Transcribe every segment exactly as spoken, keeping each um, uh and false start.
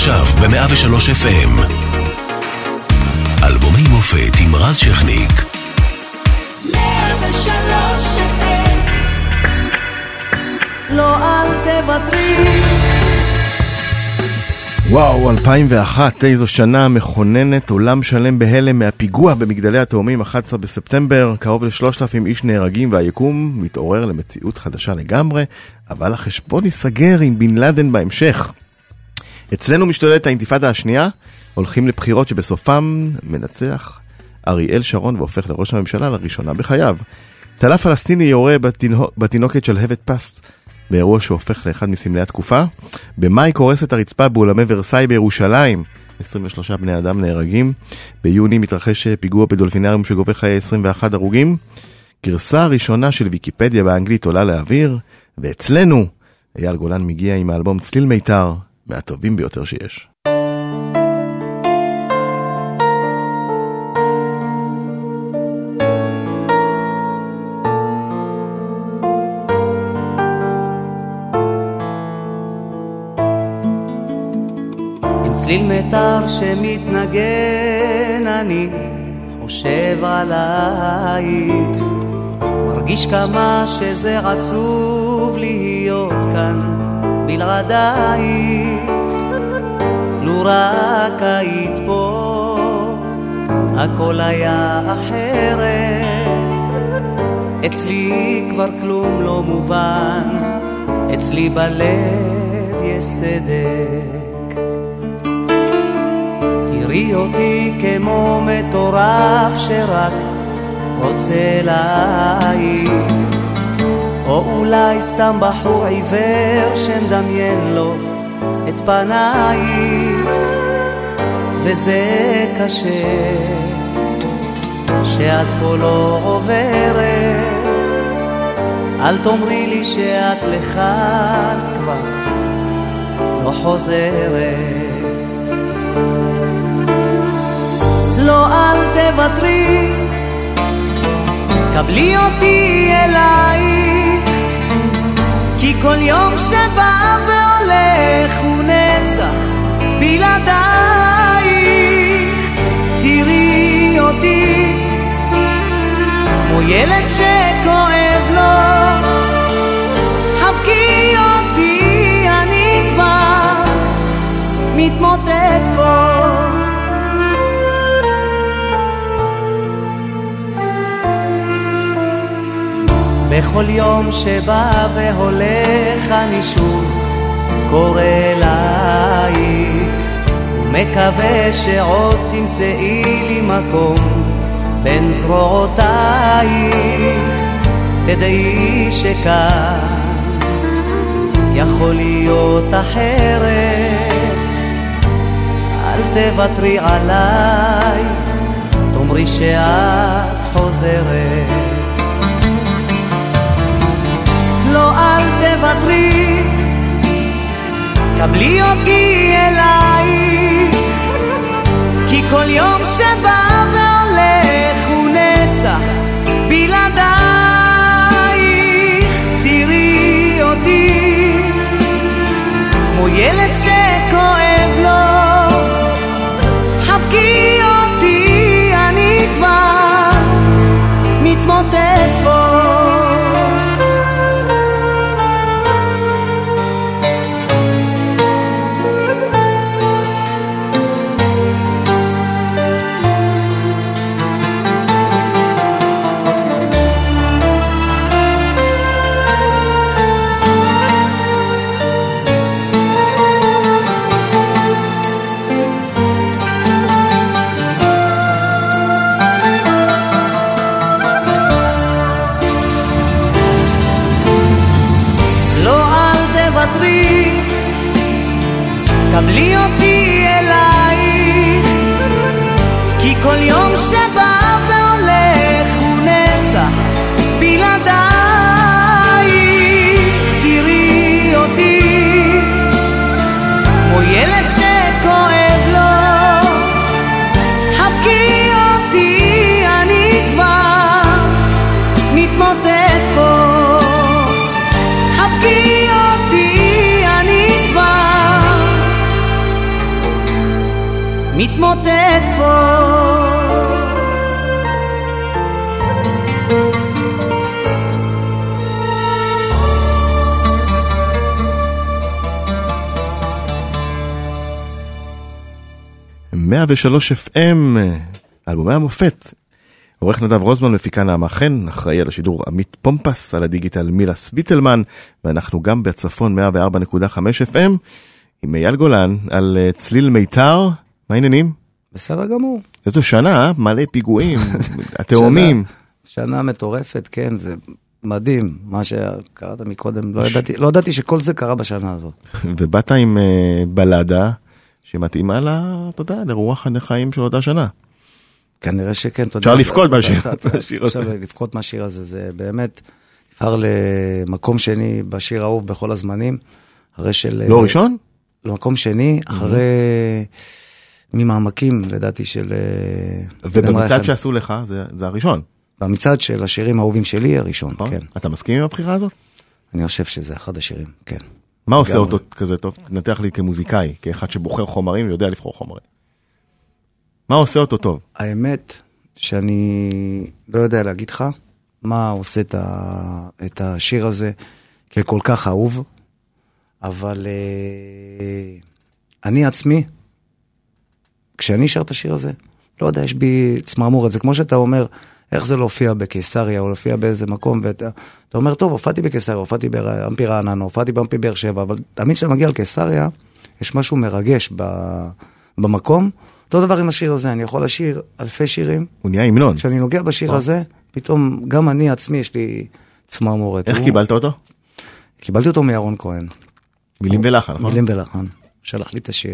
עכשיו ב-מאה ושלוש אף אם. אלבומי מופת עם רז שכניק. מאה ושלוש אף אם. לא אל תוותרי. וואו, אלפיים ואחת, איזו שנה מכוננת, עולם שלם בהלם מהפיגוע במגדלי התאומים, אחד עשר בספטמבר, קרוב ל-שלושת אלפים איש נהרגים והיקום מתעורר למציאות חדשה לגמרי, אבל החשבון ייסגר עם בן לאדן בהמשך. אצלנו משתוללת האינתיפאדה השנייה, הולכים לבחירות שבסופם מנצח אריאל שרון והופך לראש הממשלה לראשונה בחייו. צלף פלסטיני יורה בתינוק, בתינוקת של הבט פסט, באירוע שהופך לאחד מסמלי התקופה. במאי קורסת הרצפה באולמי ורסאי בירושלים, עשרים ושלושה בני אדם נהרגים. ביוני מתרחש פיגוע בדולפינריום שגובה חיי עשרים ואחד הרוגים. גרסה הראשונה של ויקיפדיה באנגלית עולה לאוויר, ואצלנו אייל גולן מגיע עם האלבום צליל מיתר, מהטובים ביותר שיש. צליל מיתר שמתנגן, אני חושב עלייך, מרגיש כמה שזה עצוב להיות כאן בלעדייך. לו רק היית פה הכל היה אחרת. אצלי כבר כלום לא מובן, אצלי בלב יש סדק. תראי אותי כמו מטורף שרק רוצה להעיך, או אולי סתם בחור עיוור שמדמיין לו את פנייך. וזה קשה שאת פה לא עוברת, אל תאמרי לי שאת לכאן כבר לא חוזרת. לא אל תוותרי, קבלי אותי אלייך, כי כל יום שבא והולך הוא נצח בלעדייך. תראי אותי כמו ילד שכואב לו, חבקי אותי, אני כבר מתמוטט פה. בכל יום שבא והולך אני שוב קורא אלייך, ומקווה שעוד תמצאי לי מקום בין זרועותייך. תדעי שכאן יכול להיות אחרת, אל תוותרי עליי, תאמרי שאת חוזרת. לא אל תוותרי, קבלי אותי אלייך, כי כל יום שבא והולך הוא נצח בלעדייך. תראי אותי כמו ילד שכואב לו, חבקי אותי, אני כבר מתמוטט פה. קבלי אותי אלייך, כי כל יום שבא והולך הוא נצח בלעדייך. תראי אותי כמו ילד שכואב לו, חבקי אותי, אני כבר מתמוטט פה. חבקי אותי, אני כבר מתמוטט פה. מאה ושלוש אף אם, אלבומי המופת. עורך נדב רוזמן, מפיקה נעמה חן, אחראי על השידור עמית פומפס, על הדיגיטל מילה סביטלמן, ואנחנו גם בצפון מאה וארבע נקודה חמש אף אם, עם אייל גולן, על צליל מיתר. מה העניינים? בסדר גמור. איזו שנה, מלא פיגועים, התאומים. שנה, שנה מטורפת, כן, זה מדהים. מה שקראת מקודם, לא ידעתי, לא ידעתי שכל זה קרה בשנה הזאת. ובאת עם uh, בלדה, שמתאימה לה, אתה יודע, לרוח החיים של אותה שנה. כנראה שכן, אתה יודע. אפשר לפקוד מהשיר הזה. אפשר לפקוד מהשיר הזה, זה באמת נבחר למקום שני בשיר האהוב בכל הזמנים. אחרי של... לא ראשון? למקום שני, אחרי ממעמקים, לדעתי, של... ובמצד שעשו לך, זה הראשון. במצד של השירים האהובים שלי, הראשון, כן. אתה מסכים עם הבחירה הזאת? אני חושב שזה אחד השירים, כן. מה עושה אותו כזה טוב? נתח לי כמוזיקאי, כאחד שבוחר חומרים ויודע לבחור חומרים. מה עושה אותו טוב? האמת שאני לא יודע להגיד לך מה עושה את, ה... את השיר הזה ככל כך אהוב, אבל uh, אני עצמי, כשאני שר את השיר הזה, לא יודע, יש בי צמרמורת, זה כמו שאתה אומר, איך זה להופיע בקיסריה, או להופיע באיזה מקום, ואתה אתה אומר, טוב, הופעתי בקיסריה, הופעתי באמפי רעננה, הופעתי באמפי באר שבע, אבל תמיד כשאתה מגיע לקיסריה, יש משהו מרגש ב, במקום. אותו דבר עם השיר הזה, אני יכול לשיר אלפי שירים. הוא נהיה המנון. כשאני נוגע בשיר הזה, פתאום גם אני עצמי, יש לי צמרמורת. איך הוא... קיבלת אותו? קיבלתי אותו מירון כהן. מילים ולחן, נכון? מילים ולחן. שלח לי את השיר.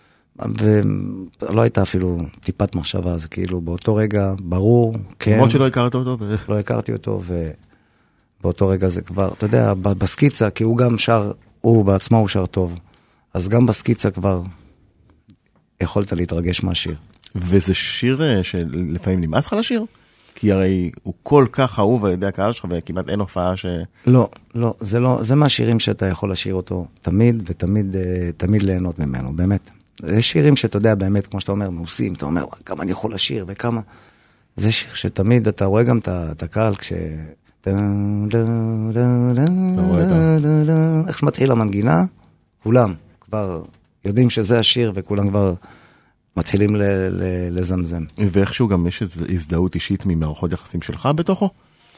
ולא הייתה אפילו טיפת מחשבה, אז כאילו באותו רגע, ברור, כן. למרות שלא הכרת אותו? לא הכרתי אותו, ובאותו רגע זה כבר, אתה יודע, בסקיצה, כי הוא גם שר, הוא בעצמו הוא שר טוב, אז גם בסקיצה כבר יכולת להתרגש מהשיר. וזה שיר שלפעמים נמאס לך לשיר? כי הרי הוא כל כך אהוב על ידי הקהל שלך, וכמעט אין הופעה ש... לא, לא, זה לא, זה מהשירים שאתה יכול לשיר אותו תמיד, ותמיד, תמיד ליהנות ממנו, באמת. יש שירים שאתה יודע באמת, כמו שאתה אומר, מעושים, אתה אומר, כמה אני יכול לשיר, וכמה... זה שיר שתמיד אתה רואה גם את הקהל, כש... איך שמתחיל המנגינה, כולם כבר יודעים שזה השיר, וכולם כבר מתחילים לזמזם. ואיכשהו גם יש הזדהות אישית ממערכות יחסים שלך בתוכו?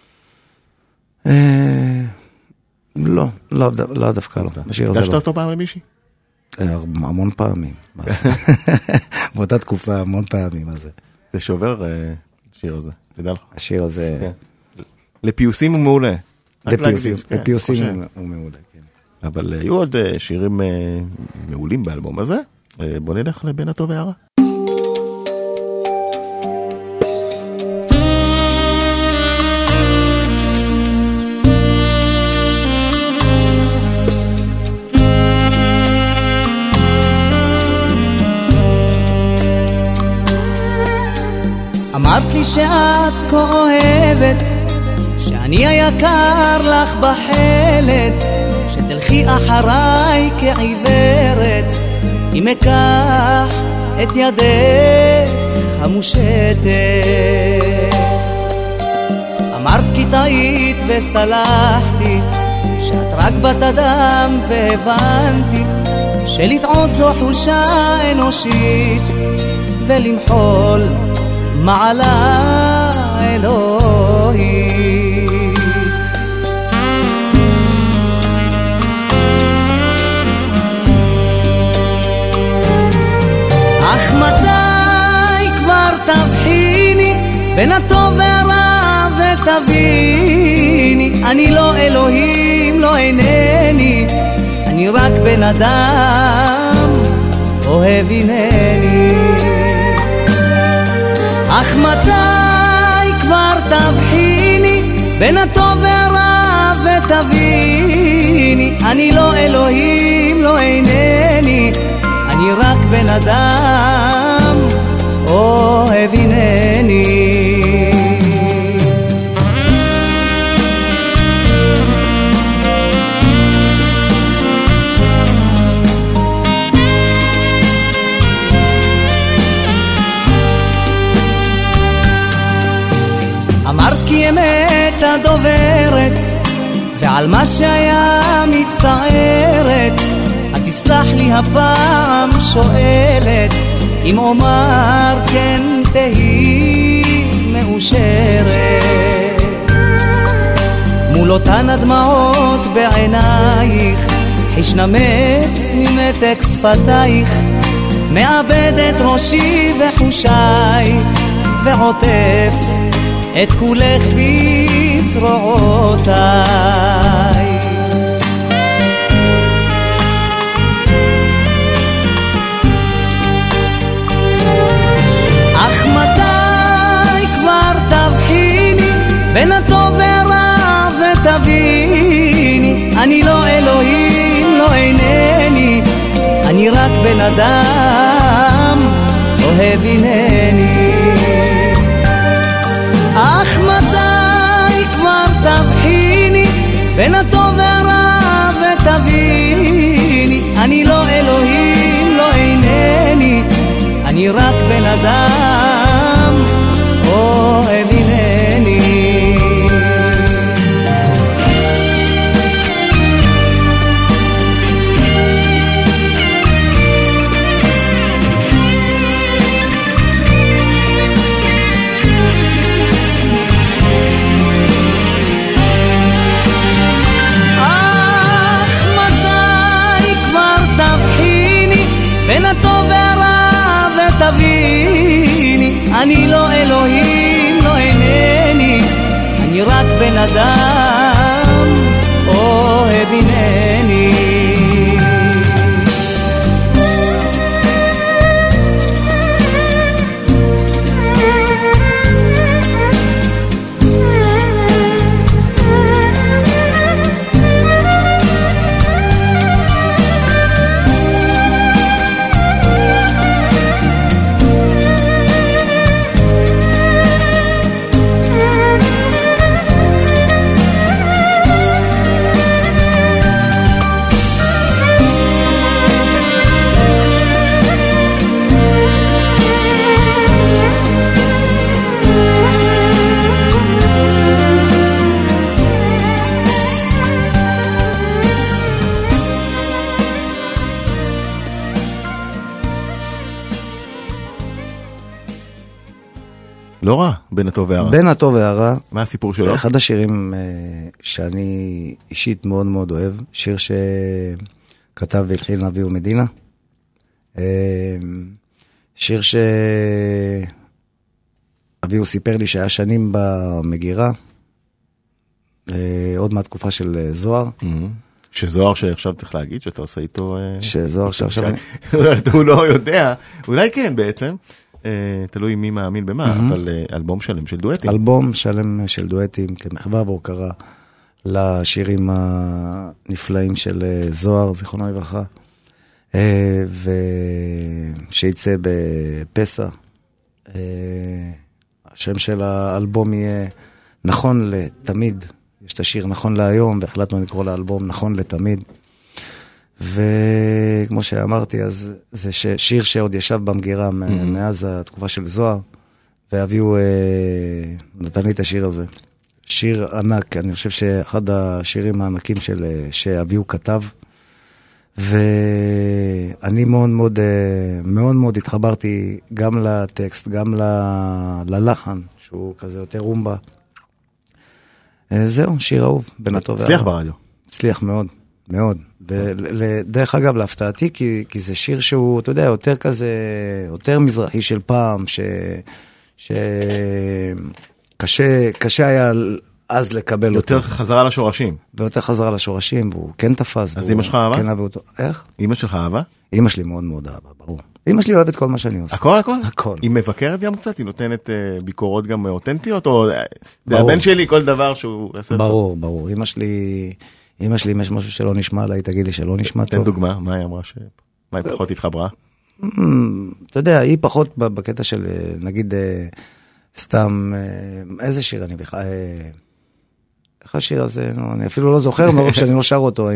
לא, לא דווקא לא. הגשת אותו פעם למישהי? המון פעמים. באותה תקופה, המון פעמים. זה שובר השיר הזה, תדע לך. השיר הזה... לפיוסים הוא מעולה. לפיוסים הוא מעולה, כן. אבל היו עוד שירים מעולים באלבום הזה. בוא נלך לבין הטוב והרע. אמרת לי שאת כה אוהבת, שאני היקר לך בחלת, שתלכי אחריי כעיוורת, אם אקח את ידך המושטת. אמרת כי טעית וסלחתי, שאת רק בת אדם, והבנתי שלטעות זו חולשה אנושית, ולמחול מעלה אלוהית. אך מתי כבר תבחיני בין הטוב והרע ותביני, אני לא אלוהים, לא אינני, אני רק בן אדם, אוהב הנני. אך מתי כבר תבחיני בין הטוב והרע ותביני, אני לא אלוהים, לא אינני, אני רק בן אדם, אוהב הנני. הייתה דוברת ועל מה שהיה מצטערת, את תסלח לי הפעם שואלת, אם אומר כן תהי מאושרת. מול אותן הדמעות בעינייך, חיש נמס ממתק שפתייך, מאבד את ראשי וחושיי, ועוטף את כולך בזרועותיי. אך מתי כבר תבחיני בין הטוב והרע ותביני, אני לא אלוהים, לא אינני, אני רק בן אדם, אוהב הנני. אך מתי כבר תבחיני בין הטוב והרע ותביני, אני לא אלוהים, לא אינני, אני רק בן אדם, אוהב הנני. בין הטוב והרע ותביני, אני לא אלוהים, לא אינני, אני רק בן אדם, אוהב הנני. לא רע, בין הטוב והרע. בין הטוב והרע. מה הסיפור שלו? אחד השירים שאני אישית מאוד מאוד אוהב, שיר שכתב והלחין אביהו מדינה. שיר שאביהו סיפר לי שהיה שנים במגירה, עוד מהתקופה של זוהר. שזוהר שעכשיו צריך להגיד שאתה עושה איתו... שזוהר שעכשיו... הוא לא יודע, אולי כן בעצם. תלוי מי מאמין במה, אבל אלבום שלם של דואטים. אלבום שלם של דואטים, כמחווה והוקרה לשירים הנפלאים של זוהר, זיכרונו לברכה, ושיצא בפסח. השם של האלבום יהיה נכון לתמיד, יש את השיר נכון להיום, והחלטנו לקרוא לאלבום נכון לתמיד. וכמו שאמרתי, אז זה שיר שעוד ישב במגירה מאז התקופה של זוהר, ואביהו נתן לי את השיר הזה. שיר ענק, אני חושב שאחד השירים הענקים שאביהו כתב, ואני מאוד מאוד, מאוד מאוד התחברתי גם לטקסט, גם ללחן, שהוא כזה יותר רומבה. זהו, שיר אהוב, בין הטוב והרע. הצליח ברדיו. הצליח מאוד, מאוד. דרך אגב, להפתעתי, כי, כי זה שיר שהוא, אתה יודע, יותר כזה, יותר מזרחי של פעם, ש, שקשה, קשה היה אז לקבל יותר אותו. יותר חזרה לשורשים. ויותר חזרה לשורשים, והוא כן תפס. אז אמא שלך אהבה? כן אהבה אותו. איך? אמא שלך אהבה? אמא שלי מאוד מאוד אהבה, ברור. אמא שלי אוהבת כל מה שאני עושה. הכל, הכל? הכל. היא מבקרת גם קצת? היא נותנת ביקורות גם אותנטיות? או זה הבן שלי, כל דבר שהוא... ברור, ברור. אמא שלי... אמא שלי, אם יש משהו שלא נשמע לה, היא תגיד לי שלא נשמע טוב. תן דוגמה, מה היא אמרה ש... מה היא פחות התחברה? אתה יודע, היא פחות בקטע של, נגיד, סתם, איזה שיר אני בכלל... איך השיר הזה? אני אפילו לא זוכר מרוב שאני לא שר אותו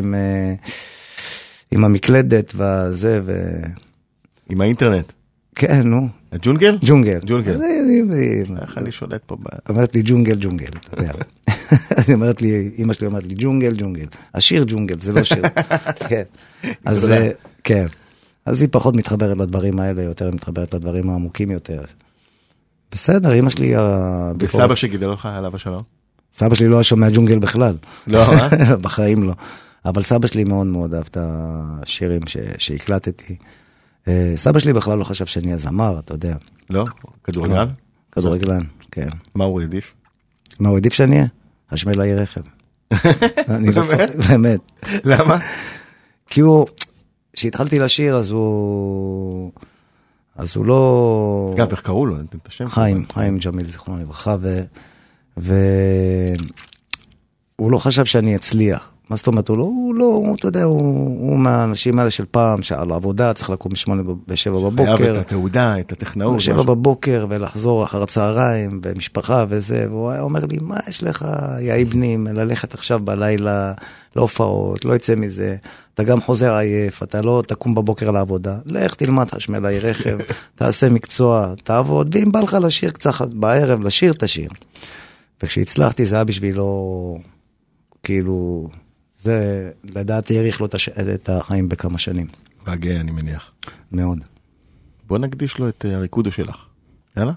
עם המקלדת וזה ו... עם האינטרנט. כן, נו. ג'ונגל? ג'ונגל. ג'ונגל. איך אני שולט פה? אומרת לי ג'ונגל, ג'ונגל. אני אומרת לי, אמא שלי אומרת לי ג'ונגל, ג'ונגל. השיר ג'ונגל, זה לא שיר. כן. אז כן. אז היא פחות מתחברת לדברים האלה, יותר מתחברת לדברים העמוקים יותר. בסדר, אמא שלי... וסבא שגידל לך עליו השלום? סבא שלי לא היה שומע ג'ונגל בכלל. לא, מה? בחיים לא. אבל סבא שלי מאוד מאוד אהב את השירים שהקלטתי. סבא שלי בכלל לא חשב שאני הזמר, אתה יודע. לא? כדורגלן? כדורגלן, כן. מה הוא העדיף? מה הוא העדיף שאני אהיה? השמל העיר רכב. אני לא צוחק, באמת. למה? כי הוא, כשהתחלתי לשיר, אז הוא... אז הוא לא... גם, איך קראו לו? נתן את השם. חיים, חיים ג'מיל, זיכרונו לברכה, והוא לא חשב שאני אצליח. מה זאת אומרת? הוא לא, הוא לא, הוא, אתה יודע, הוא, הוא מהאנשים האלה של פעם, שעל העבודה צריך לקום בשמונה, בשבע בבוקר. חייב את התעודה, את הטכנאות. בשבע בבוקר, ולחזור אחר הצהריים, במשפחה וזה, והוא היה אומר לי, מה יש לך, יא איבנים, ללכת עכשיו בלילה, לא הופעות, לא יצא מזה, אתה גם חוזר עייף, אתה לא תקום בבוקר לעבודה, לך תלמד חשמלאי רכב, תעשה מקצוע, תעבוד, ואם בא לך לשיר קצת בערב, לשיר, תשיר. וכשהצלחתי, זה היה בשבילו, כאילו... זה, לדעתי, יריך לו את החיים בכמה שנים. והגאה, אני מניח. מאוד. בוא נקדיש לו את הריקודו שלך. יאללה?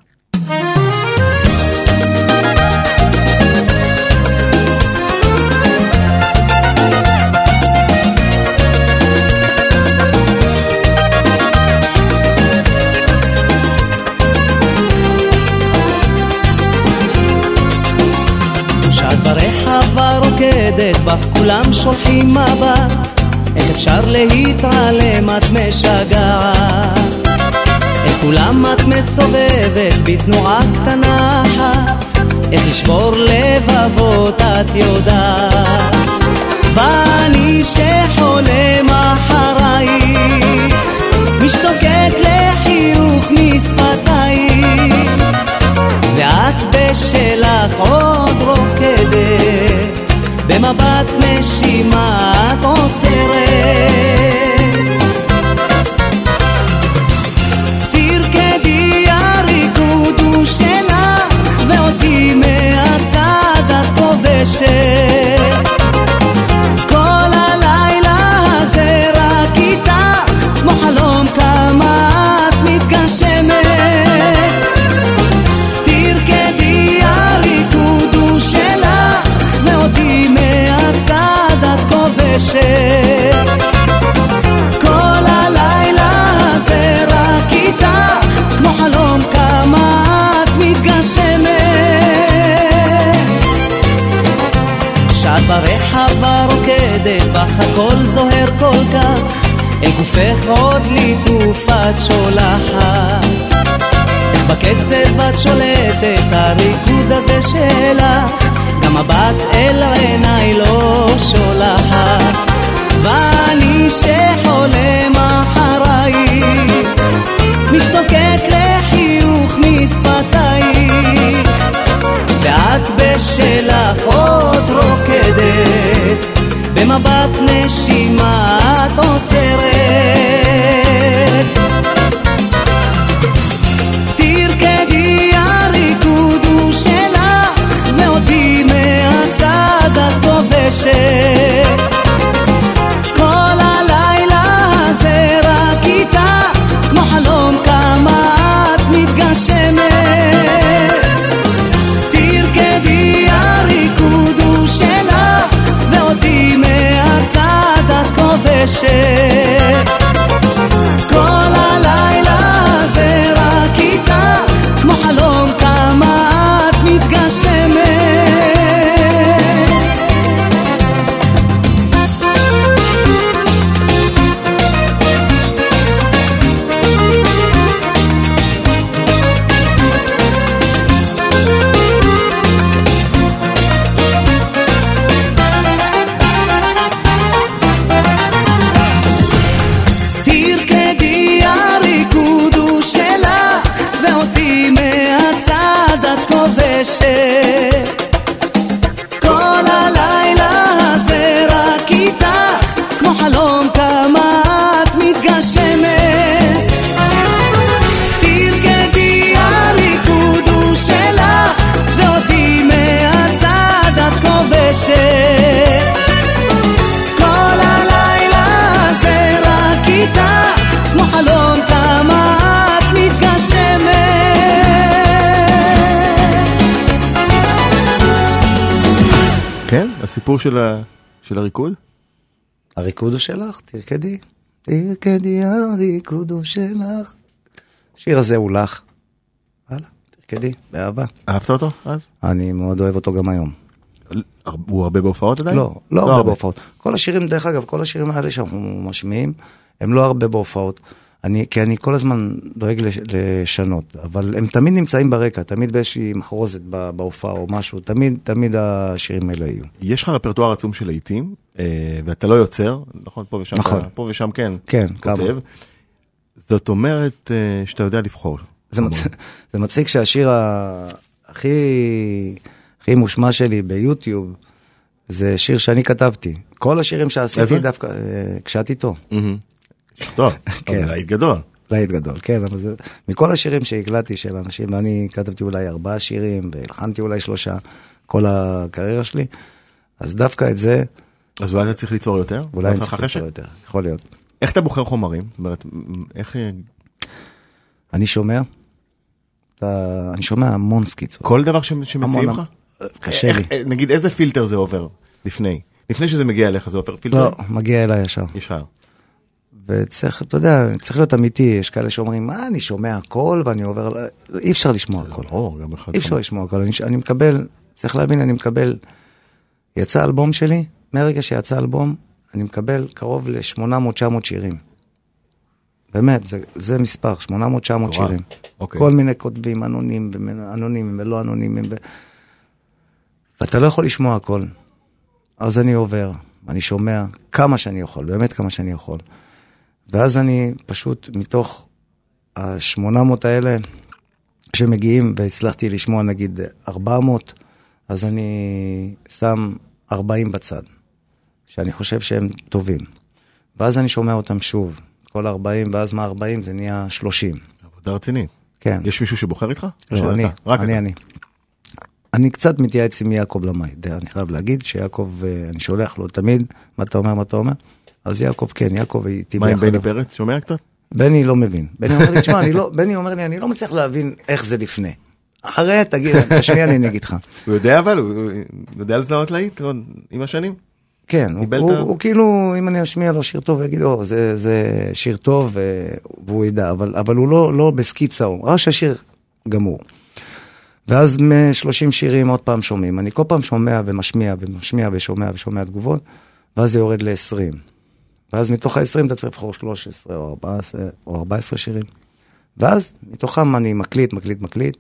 שעת ברחבה רוקדת בך, כולם שולחים מבט, איך אפשר להתעלם, את משגעת. את כולם את מסובבת בתנועה קטנה אחת, איך לשבור לבבות את יודעת. ואני שחולם אחרייך, משתוקק לחיוך משפתייך, ואת בשלך עוד רוקדת, במבט נשימה את עוצרת. תרקדי הריקוד הוא שלך, ואותי מהצד את כובשת. כל הלילה הזה רק איתך, כמו חלום כמה את מתגשמת. תרקדי הריקוד הוא שלך, ואותי מהצד את כובשת. כל הלילה הזה רק איתך, כמו חלום כמה את מתגשמת. שעת ברחבה רוקדת בך, הכל זוהר כל כך, אל גופך עוד ליטוף את שולחת. איך בקצב את שולטת, הריקוד הזה שלך, גם מבט אל עיניי לא שולחת. ואני שחולם אחרייך, משתוקק לחיוך משפתייך, ואת בשלך עוד רוקדת, במבט נשימה את עוצרת. תרקדי הריקוד הוא שלך, ואותי מהצד את כובשת. כל הלילה הזה הסיפור של, ה... של הריקוד? הריקוד הוא שלך, תרקדי. תרקדי, הריקוד הוא שלך. השיר הזה הוא לך. הלאה, תרקדי, באהבה. אהבת אותו אז? אני מאוד אוהב אותו גם היום. הוא הרבה בהופעות עדיין? לא, לא, לא הרבה בהופעות. כל השירים, דרך אגב, כל השירים האלה שאנחנו משמיעים, הם לא הרבה בהופעות. אני, כי אני כל הזמן דואג לשנות, אבל הם תמיד נמצאים ברקע, תמיד באיזושהי מחרוזת בהופעה או משהו, תמיד, תמיד השירים האלה יהיו. יש לך רפרטואר עצום של לעיתים, ואתה לא יוצר, נכון? פה ושם, נכון. פה ושם כן, כן, כותב. כמה. זאת אומרת שאתה יודע לבחור. זה, מצ... זה מצחיק שהשיר הכי, הכי מושמע שלי ביוטיוב, זה שיר שאני כתבתי. כל השירים שעשיתי דווקא, כשאת איתו. טוב, להיט גדול. להיט גדול, כן. אבל זה, מכל השירים שהקלטתי של אנשים, ואני כתבתי אולי ארבעה שירים, והלחנתי אולי שלושה, כל הקריירה שלי, אז דווקא את זה... אז אולי אתה צריך ליצור יותר? אולי אני צריך ליצור יותר, יכול להיות. איך אתה בוחר חומרים? זאת אומרת, איך... אני שומע, אני שומע המון סקיצות. כל דבר שמציעים לך? קשה לי. נגיד, איזה פילטר זה עובר לפני? לפני שזה מגיע אליך, זה עובר פילטר? לא, מגיע אליי ישר. ישר. וצריך, אתה יודע, צריך להיות אמיתי, יש כאלה שאומרים, מה, אני שומע הכל ואני עובר, אי אפשר לשמוע הכל. אי אפשר לשמוע הכל. אני, אני מקבל, צריך להבין, אני מקבל, יצא אלבום שלי, מהרגע שיצא אלבום, אני מקבל קרוב ל-שמונה מאות תשע מאות שירים. באמת, זה, זה מספר, שמונה מאות תשע מאות שירים. אוקיי. כל מיני כותבים, אנונימים, אנונימים ולא אנונימים. ו... ואתה לא יכול לשמוע הכל. אז אני עובר, אני שומע כמה שאני יכול, באמת כמה שאני יכול. ואז אני פשוט מתוך ה-שמונה מאות האלה שמגיעים, והצלחתי לשמוע נגיד ארבע מאות, אז אני שם ארבעים בצד, שאני חושב שהם טובים. ואז אני שומע אותם שוב, כל ארבעים, ואז מה ארבעים זה נהיה שלושים. עבודה רצינית. כן. יש מישהו שבוחר איתך? לא, אני, אני, אני. אני קצת מתייעץ עם יעקב למאי, אני חייב להגיד שיעקב, אני שולח לו תמיד, מה אתה אומר, מה אתה אומר? אז יעקב כן, יעקב איתי ביחד. מה עם בני פרץ? שומע קצת? בני לא מבין. בני אומר לי, תשמע, לא, בני אומר לי, אני לא מצליח להבין איך זה לפני. אחרי, תגיד, תשמיע אני נגיד לך. הוא יודע אבל, הוא יודע לזהות להיט עם השנים? כן, הוא כאילו, אם אני אשמיע לו שיר טוב, ויגיד, או, זה שיר טוב, והוא ידע, אבל הוא לא בסקיצה, הוא ראה שהשיר גמור. ואז מ-שלושים שירים עוד פעם שומעים. אני כל פעם שומע ומשמיע ומשמיע ושומע ושומע תגובות, ואז זה יורד ל-עשרים. ואז מתוך ה-עשרים אתה צריך לבחור שלוש עשרה או ארבע עשרה או ארבע עשרה שירים. ואז מתוכם אני מקליט, מקליט, מקליט,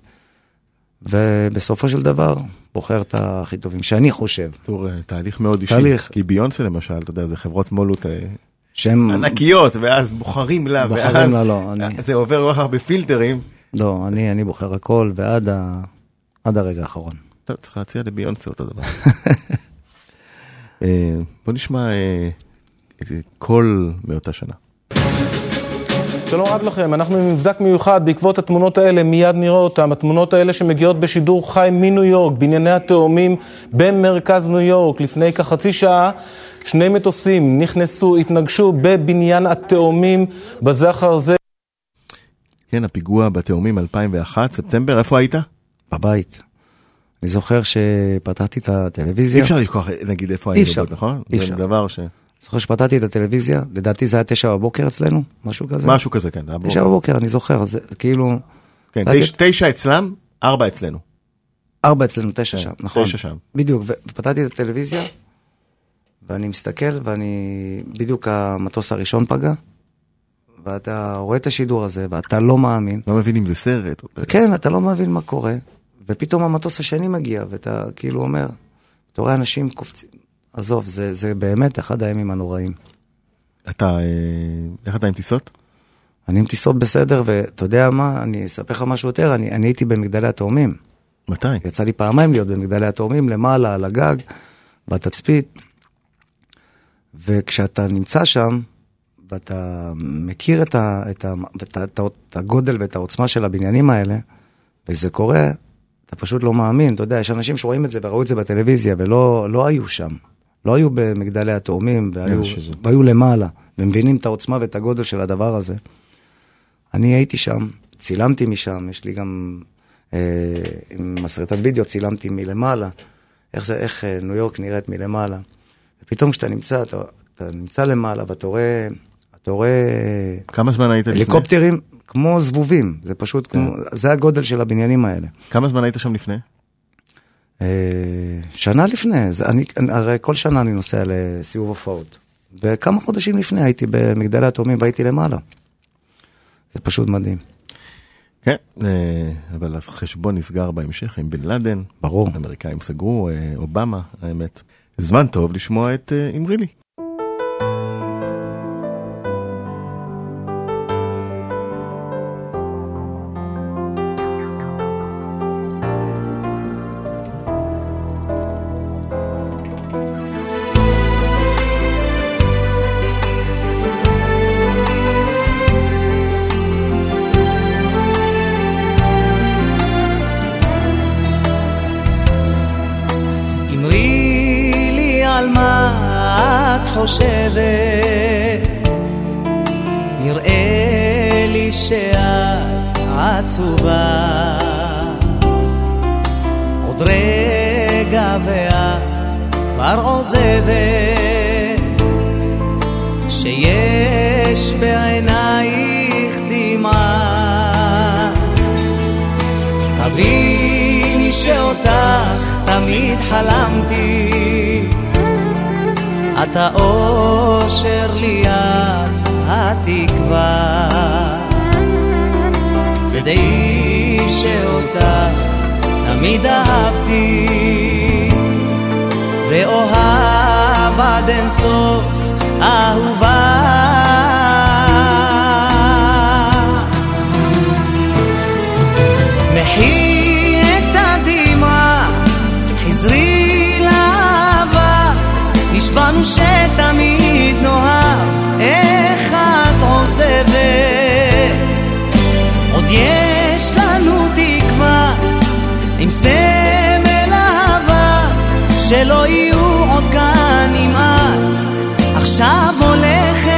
ובסופו של דבר בוחר את הכי טובים, שאני חושב. תור, תהליך מאוד אישי. תהליך. כי ביונסה למשל, אתה יודע, זה חברות מולות שהם... ענקיות, ואז בוחרים לה, בוחרים ואז לה, לא, אני... זה עובר אחר בפילטרים. לא, אני, אני בוחר הכל, ועד ה... עד הרגע האחרון. טוב, צריך להציע לביונסה אותו דבר. בוא נשמע קול מאותה שנה. שלום רב לכם, אנחנו במבזק מיוחד בעקבות התמונות האלה, מיד נראה אותם, התמונות האלה שמגיעות בשידור חי מניו יורק, בענייני התאומים במרכז ניו יורק. לפני כחצי שעה שני מטוסים נכנסו, התנגשו בבניין התאומים בזכר זה. כן, הפיגוע בתאומים אלפיים ואחת, ספטמבר, איפה היית? בבית. אני זוכר שפתחתי את הטלוויזיה. אי אפשר לשכוח, נגיד, איפה היינו, נכון? אי אפשר. זה דבר ש... זוכר שפתחתי את הטלוויזיה, לדעתי זה היה תשע בבוקר אצלנו, משהו כזה. משהו כזה, כן. תשע בבוקר, אני זוכר, זה כאילו... כן, תשע אצלם, ארבע אצלנו. ארבע אצלנו, תשע שם, נכון. תשע שם. בדיוק, ופתחתי את הטלוויזיה, ואני מסתכל, ואני... בדיוק המטוס הראשון פגע, ואתה רואה את השידור הזה, ואתה לא מאמין. לא מבין אם זה סרט. כן, אתה לא מבין מה קורה, ופתאום המטוס השני מגיע, ואתה כאילו אומר, אתה רואה אנשים קופצים, עזוב, זה, זה באמת אחד הימים הנוראים. אתה, איך אתה עם טיסות? אני עם טיסות בסדר, ואתה יודע מה, אני אספר לך משהו יותר, אני, אני הייתי במגדלי התאומים. מתי? יצא לי פעמיים להיות במגדלי התאומים, למעלה, על הגג, בתצפית, וכשאתה נמצא שם, ואתה מכיר את, ה, את, ה, את, ה, את הגודל ואת העוצמה של הבניינים האלה, וזה קורה, אתה פשוט לא מאמין. אתה יודע, יש אנשים שרואים את זה וראו את זה בטלוויזיה, ולא לא היו שם. לא היו במגדלי התאומים, והיו, והיו למעלה, ומבינים את העוצמה ואת הגודל של הדבר הזה. אני הייתי שם, צילמתי משם, יש לי גם, אה, עם מסרטת וידאו, צילמתי מלמעלה, איך זה, איך ניו יורק נראית מלמעלה. ופתאום כשאתה נמצא, אתה, אתה נמצא למעלה, ואתה רואה, אתה רואה... כמה זמן היית לפני? הליקופטרים כמו זבובים, זה פשוט כמו, זה הגודל של הבניינים האלה. כמה זמן היית שם לפני? שנה לפני, זה, אני, הרי כל שנה אני נוסע לסיבוב הופעות. וכמה חודשים לפני הייתי במגדלי התאומים והייתי למעלה. זה פשוט מדהים. כן, אבל החשבון נסגר בהמשך עם בן לדן. ברור. האמריקאים סגרו, אובמה, האמת. זמן טוב לשמוע את אמרי לי. חושבת, נראה לי שאת עצובה, עוד רגע ואת כבר עוזבת, שיש בעינייך דמעה, הביני שאותך תמיד חלמתי, את האושר ליד התקווה, ודאי שאותך תמיד אהבתי, ואוהב עד אין סוף אהובה. מחי את הדמעה, חזרי לאהבה, נשבענו שתמיד נאהב, איך את עוזבת, עוד יש לנו תקווה, עם סמל אהבה, שלא יהיו עוד כאן אם את עכשיו הולכת.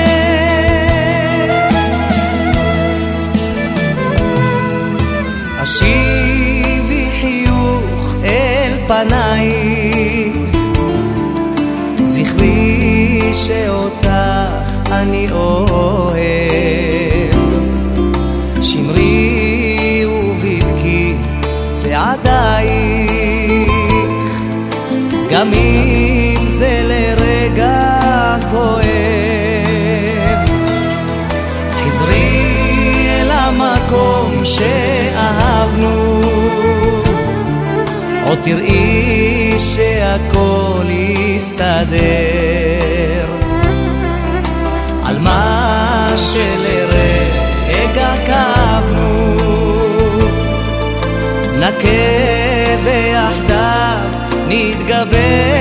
השיבי חיוך אל פנייך, זכרי שאותך אני אוהב, שמרי ובדקי צעדייך, גם אם זה לרגע כואב, חזרי אל המקום שאהבנו, עוד תראי שהכל יסתדר, על מה שלרגע כאבנו, נקה ויחדיו נתגבר.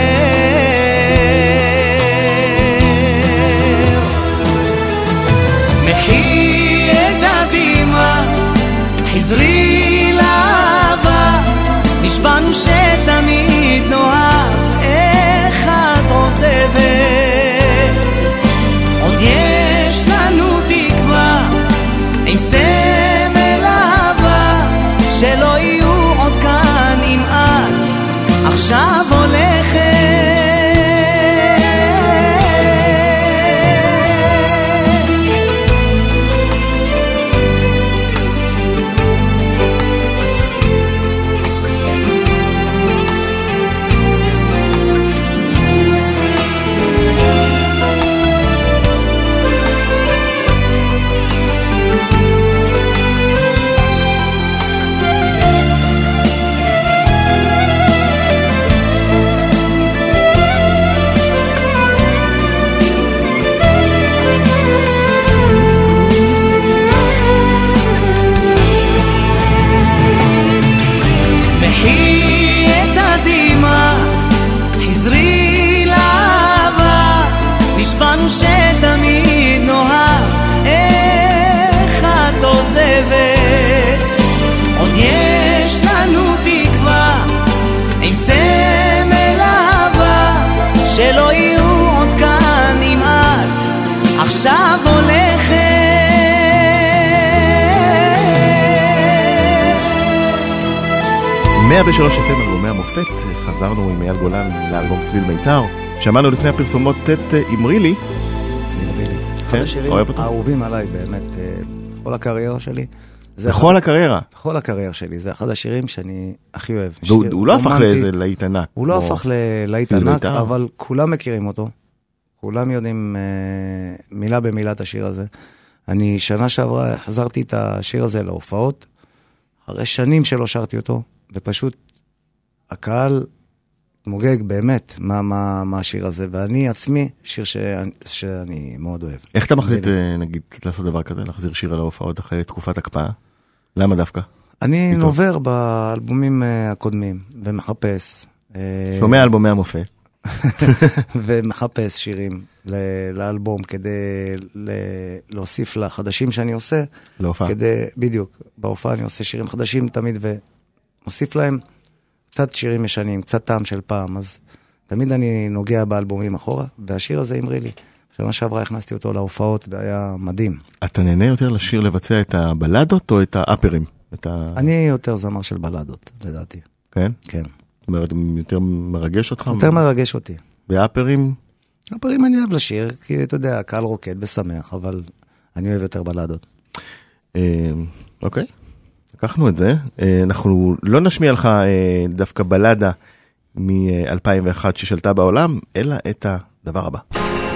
מחי את הדמעה, חזרי לאהבה, נשבענו שתמיד נאהב, איך את עוזבת, עוד יש לנו תקווה, עם סמל אהבה, שלא יהיו עוד כאן אם את עכשיו הולכת. שתמיד נאהב, איך את עוזבת, עוד יש לנו תקווה, עם סמל אהבה, שלא יהיו עוד כאן אם את עכשיו הולכת. מאה ושלוש אף אם אלבומי המופת, חזרנו עם אייל גולן לאלבום צליל מיתר. שמענו לפני הפרסומות את אמרי לי. אחד השירים האהובים עליי באמת, בכל הקריירה שלי. בכל הקריירה? בכל הקריירה שלי, זה אחד השירים שאני הכי אוהב. הוא לא הפך לאיזה להיט ענק. הוא לא הפך ללהיט ענק, אבל כולם מכירים אותו. כולם יודעים מילה במילה את השיר הזה. אני שנה שעברה חזרתי את השיר הזה להופעות, אחרי שנים שלא שרתי אותו, ופשוט הקהל מוגג באמת מה, מה, מה השיר הזה, ואני עצמי, שיר שאני, שאני מאוד אוהב. איך אתה מחליט, נגיד, לעשות דבר כזה, להחזיר שיר על ההופעות אחרי תקופת הקפאה? למה דווקא? אני פתאום נובר באלבומים הקודמים, ומחפש. שומע אלבומי המופת. ומחפש שירים לאלבום, כדי להוסיף לחדשים שאני עושה. להופעה. כדי, בדיוק, בהופעה אני עושה שירים חדשים תמיד, ומוסיף להם קצת שירים ישנים, קצת טעם של פעם, אז תמיד אני נוגע באלבומים אחורה, והשיר הזה אמרי לי. שנה שעברה הכנסתי אותו להופעות, והיה מדהים. אתה נהנה יותר לשיר לבצע את הבלדות, או את האפרים? את ה... אני יותר זמר של בלדות, לדעתי. כן? כן. זאת אומרת, יותר מרגש אותך? יותר מרגש אותי. באפרים? אפרים אני אוהב לשיר, כי אתה יודע, הקהל רוקד ושמח, אבל אני אוהב יותר בלדות. אוקיי. לקחנו את זה. אנחנו לא נשמיע לך דווקא בלדה מ-אלפיים ואחת ששלטה בעולם, אלא את הדבר הבא.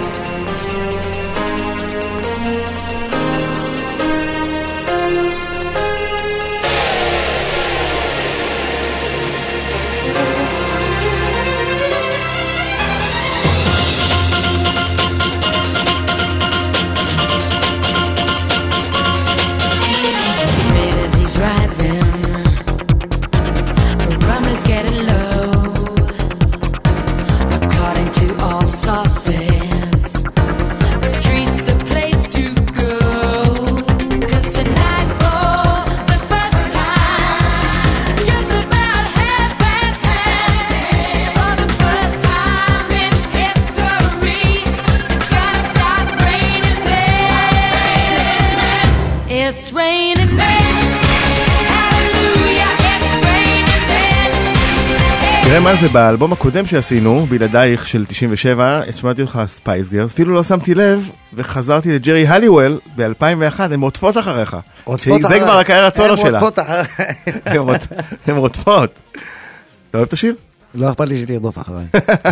תראה מה זה, באלבום הקודם שעשינו, בלעדייך של תשעים ושבע, שמעתי אותך ספייס גרס, אפילו לא שמתי לב, וחזרתי לג'רי הליוול ב-אלפיים ואחת, הן רודפות אחריך. זה כבר הקריירה הצולו שלה. הן רודפות אחריך. הן רודפות. אתה אוהב את השיר? לא אכפת לי שתרדוף אחריי.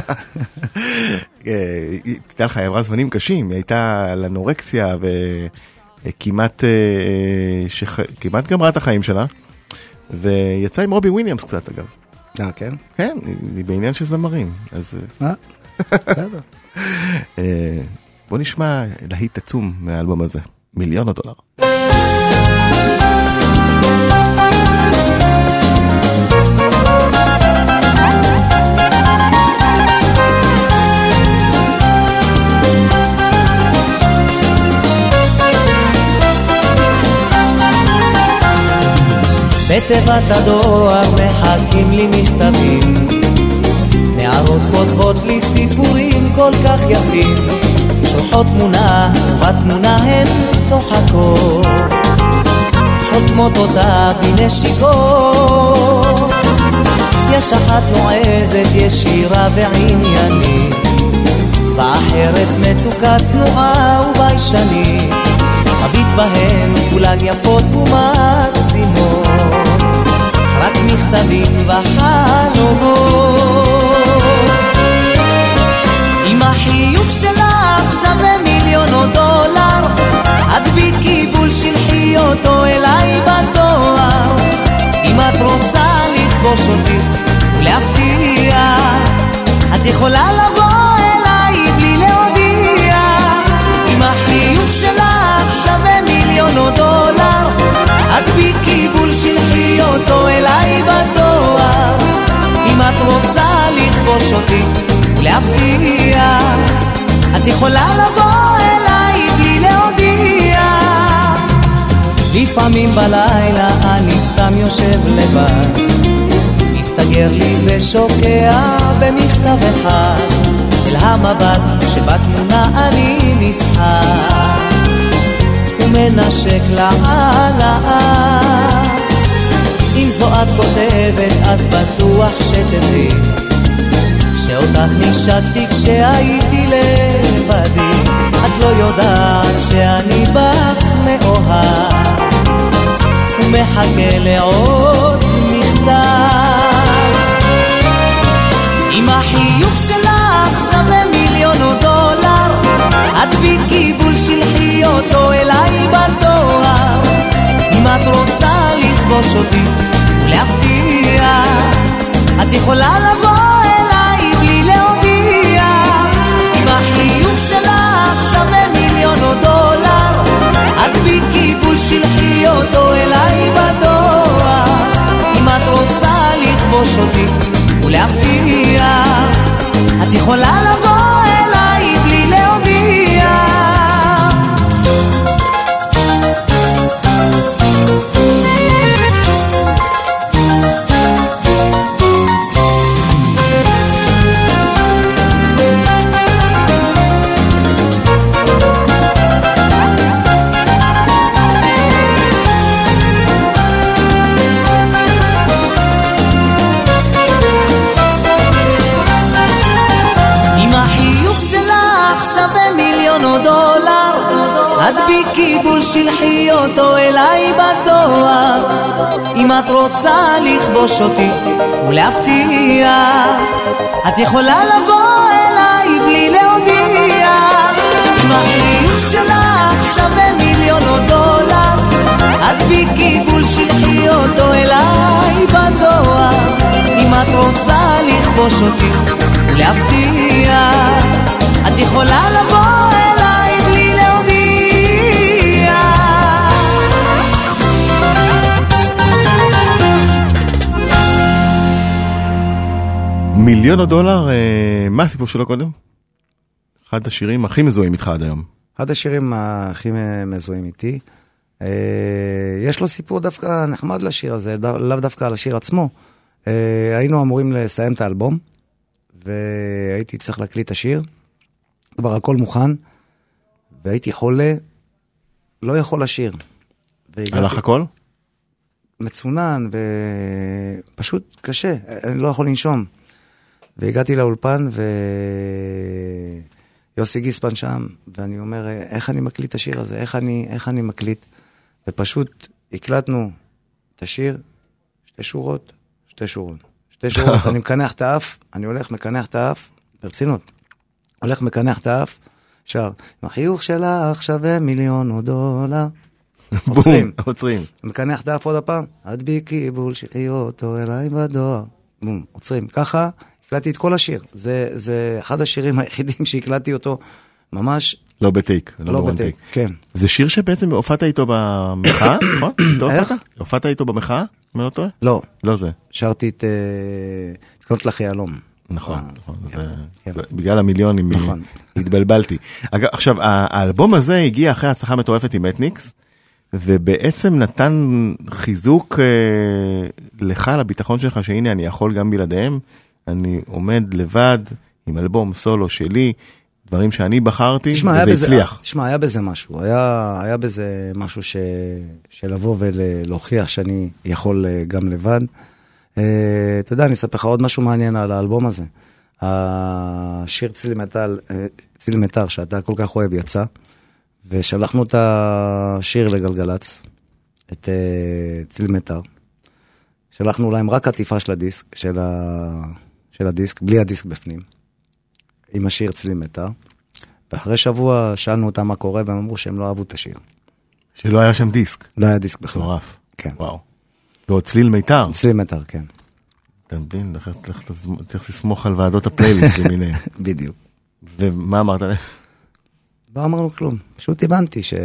תדע לך, היא עברה זמנים קשים, היא הייתה על אנורקסיה, וכמעט כמעט גמרה את החיים שלה, ויצאה עם רובי וויליאמס קצת אגב. אה, כן? כן, היא בעניין של זמרים. אז... אה, בסדר. בוא נשמע להיט עצום מהאלבום הזה. מיליון דולר. בתיבת הדואר מחכים לי מכתבים, נערות כותבות לי סיפורים כל כך יפים, שולחות תמונה ובתמונה הן צוחקות, חותמות אותה בנשיקות. יש אחת נועזת ישירה ועניינית, ואחרת מתוקה צנועה וביישנית, מביט בהן כולן יפות ומקסימות, רק מכתבים וחלומות. עם החיוך שלך שווה מיליון או דולר, הדביקי בול שלחי אותו אליי בדואר. אם את רוצה לכבוש אותי ולהפתיע, את יכולה לבוא אליי בלי להודיע. עם החיוך שלך שווה מיליון או דולר, הדביקי בול שלחי אותו אליי בדואר. אם את רוצה לכבוש אותי ולהפתיע, את יכולה לבוא אליי בלי להודיע. לפעמים בלילה אני סתם יושב לבד, מסתגר לי ושוקע במכתב אחד, אל המבט שבתמונה אני נסחף ומנשק לעלה. אם זו את כותבת אז בטוח שתדעי, שאותך נשקתי כשהייתי לבדי, את לא יודעת שאני בך מאוהב ומחכה לעוד מכתב. עם החיוך שלך שווה מיליון דולר, את בקיבול שלחי אותו אליי בדואר. אם את רוצה לכבוש אותי ולהפתיע, את יכולה לבוא אליי בלי להודיע. עם החיוך שלך שווה מיליון דולר, את בקיבול שלחי אותו אליי בדואר. אם את רוצה לכבוש אותי ולהפתיע, את יכולה לבוא אליי בלי להודיע. את בקיבול שלחי אותו אליי בדואר. אם את רוצה לכבוש אותי ולהפתיע, את יכולה לבוא אליי בלי להודיע. אם החיוך שלך שווה מיליון דולר, את בקיבול שלחי אותו אליי בדואר. אם את רוצה לכבוש אותי ולהפתיע, את יכולה לבוא אליי בלי להודיע. מיליון דולר, מה הסיפור שלו קודם? אחד השירים הכי מזוהים איתך עד היום. אחד השירים הכי מזוהים איתי. יש לו סיפור דווקא נחמד לשיר הזה, לאו דווקא על השיר עצמו. היינו אמורים לסיים את האלבום, והייתי צריך להקליט את השיר. כבר הכל מוכן, והייתי חולה, לא יכול לשיר. הלך הכל? מצונן, ופשוט קשה, אני לא יכול לנשום. והגעתי לאולפן, ויוסי גיספן שם, ואני אומר, איך אני מקליט את השיר הזה? איך אני, איך אני מקליט? ופשוט הקלטנו את השיר, שתי שורות, שתי שורות. שתי שורות, אני מקנח את האף, אני הולך מקנח את האף, ברצינות. הולך מקנח את האף, שר, החיוך שלך שווה מיליון דולר. עוצרים. עוצרים. מקנח את האף עוד הפעם, עד בקיבול שלחי אותו אליי בדואר. בום, עוצרים. ככה הקלטתי את כל השיר. זה, זה אחד השירים היחידים שהקלטתי אותו ממש... לא בטייק. לא בטייק, כן. זה שיר שבעצם הופעת איתו במחאה, נכון? איך? הופעת איתו במחאה? מה לא טועה? לא. לא זה. שרתי את תקנות לך יעלום. נכון, נכון. בגלל המיליונים התבלבלתי. עכשיו, האלבום הזה הגיע אחרי הצלחה מטורפת עם אתניקס, ובעצם נתן חיזוק לך לביטחון שלך, שהנה אני יכול גם בלעדיהם, אני עומד לבד עם אלבום סולו שלי, דברים שאני בחרתי, וזה הצליח. תשמע, היה בזה משהו, היה, היה בזה משהו ש, שלבוא ולהוכיח שאני יכול גם לבד. Uh, אתה יודע, אני אספר לך עוד משהו מעניין על האלבום הזה. השיר צילי מטל, uh, צילי מטר, שאתה כל כך אוהב, יצא, ושלחנו את השיר לגלגלץ, את uh, צילי מטר. שלחנו להם רק עטיפה של הדיסק, של, ה... של הדיסק, בלי הדיסק בפנים. עם השיר צילי מטר, ואחרי שבוע שאלנו אותם מה קורה, והם אמרו שהם לא אהבו את השיר. שלא היה שם דיסק? לא היה דיסק בכלל. מטורף. כן. וואו. ועוד צליל מיתר. צליל מיתר, כן. אתה מבין, צריך לסמוך על ועדות הפלייליסט למיניהם. בדיוק. ומה אמרת להם? לא אמרנו כלום. פשוט הבנתי ש...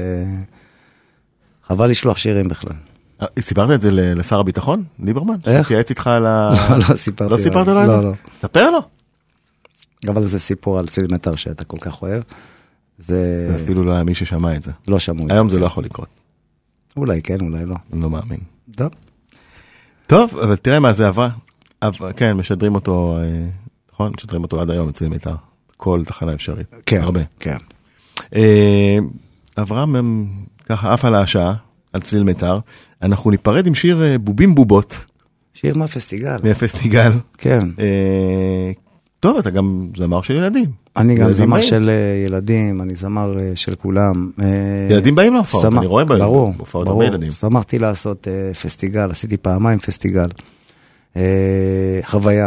חבל לשלוח שירים בכלל. סיפרת את זה לשר הביטחון, ליברמן? איך? שתייעץ איתך על ה... לא, לא סיפרתי. לא סיפרת לו את זה? לא, לא. ספר לו. אבל זה סיפור על צילי מטר שאתה כל כך אוהב. זה... אפילו לא היה מי ששמע את זה. לא שמעו את זה. היום זה לא יכול לקרות. אולי כן, אולי לא. אני לא מאמין. טוב. טוב, אבל תראה מה זה עברה. כן, משדרים אותו, נכון? משדרים אותו עד היום אצלי מיתר. כל תחנה אפשרית. כן. הרבה. כן. אברהם, ככה, אף על השעה, על צליל מיתר. אנחנו ניפרד עם שיר בובים בובות. שיר מהפסטיגל. מהפסטיגל. כן. טוב, אתה גם זמר של ילדים. אני גם זמר של ילדים, אני זמר של כולם. ילדים באים להופעות, אני רואה בהם. ברור, ברור. שמחתי לעשות פסטיגל, עשיתי פעמיים פסטיגל. חוויה.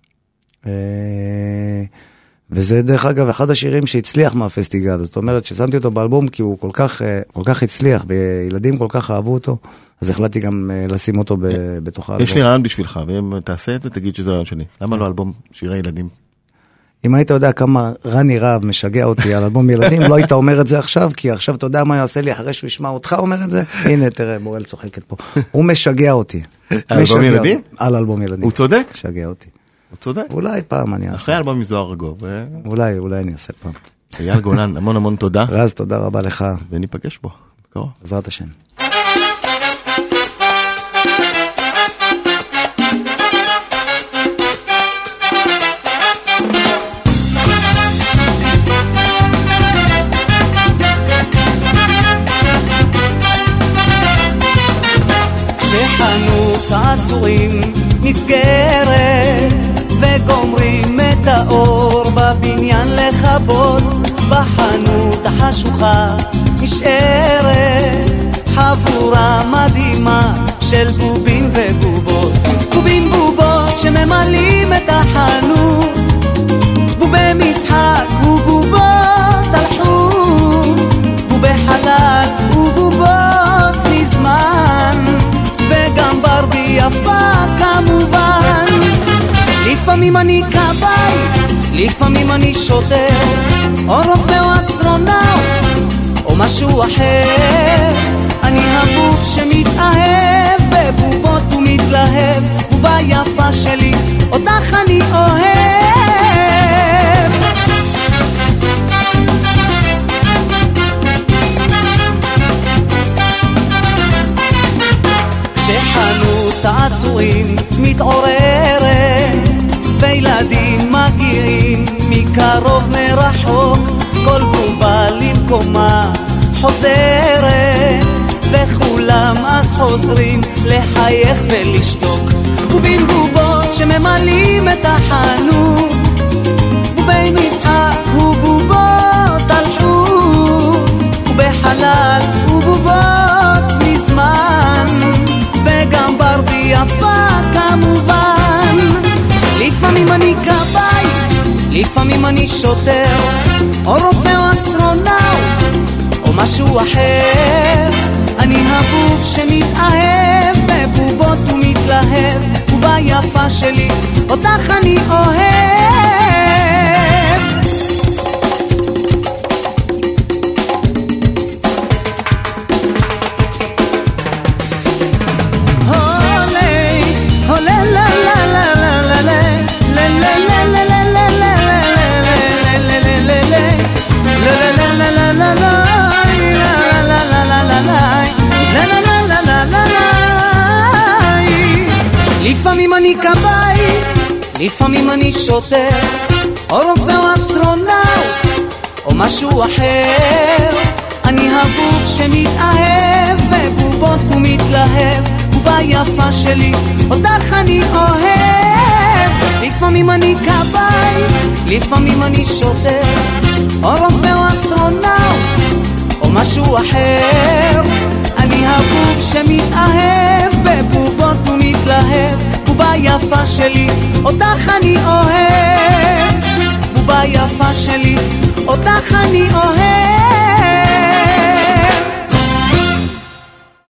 וזה דרך אגב אחד השירים שהצליח מהפסטיגל, זאת אומרת ששמתי אותו באלבום כי הוא כל כך, כל כך הצליח, וילדים כל כך אהבו אותו, אז החלטתי גם לשים אותו בתוך האלבום. יש לי רעיון בשבילך, ואם תעשה את זה, תגיד שזה רעיון שלי. למה לא אלבום שירי ילדים? אם היית יודע כמה רני רב משגע אותי על אלבום ילדים, לא היית אומר את זה עכשיו, כי עכשיו אתה יודע מה יעשה לי אחרי שהוא ישמע אותך אומר את זה? הנה, תראה, מורל צוחקת פה. הוא משגע אותי. על אלבום ילדים? על אלבום ילדים. הוא צודק? משגע אותי. הוא צודק. אולי פעם אני אעשה. אחרי אלבום מזוהר רגוב. אולי, אולי אני אעשה פעם. אייל גולן, המון המון תודה. רז, תודה רבה לך. וניפגש בו. בקרוב. בעזרת השם. כשחנות צעצועים נסגרת וגומרים את האור בבניין לכבות, בחנות החשוכה נשארת חבורה מדהימה של בובים ובובות, בובים בובות שממלאים את החנות, בובי משחק ובובות על חוט, בובי חלל ובובות מזמן, וגם ברבי יפה כמובן. לפעמים אני קב"י, לפעמים אני שוטר, או רופא או אסטרונאוט, או משהו אחר. אני הבוב שמתאהב בבובות ומתלהב, בובה יפה שלי, אותך אני אוהב. כשחנות צעצועים מתעוררת וילדים מגיעים מקרוב מרחוק, כל בובה למקומה חוזרת, וכולם אז חוזרים לחייך ולשתוק. בובים בובות שממלאים את החנות, בובי משחק ובובות על חוט, בובי חלל ובובות מזמן, וגם ברבי יפה כמובן. לפעמים אני קב"י, לפעמים אני שוטר, או רופא או אסטרונאוט, או משהו אחר. אני הבוב שמתאהב בבובות ומתלהב, בובה יפה שלי, אותך אני אוהב. לפעמים אני קב"י, לפעמים אני שוטר, או רופא או אסטרונאוט, או משהו אחר. אני הבוב שמתאהב בבובות ומתלהב, בובה יפה שלי, אותך אני אוהב. לפעמים אני קב"י, לפעמים אני שוטר, או רופא או אסטרונאוט, או משהו אחר. אני הבוב שמתאהב בבובות ומתלהב, בובה יפה שלי, אותך אני אוהב.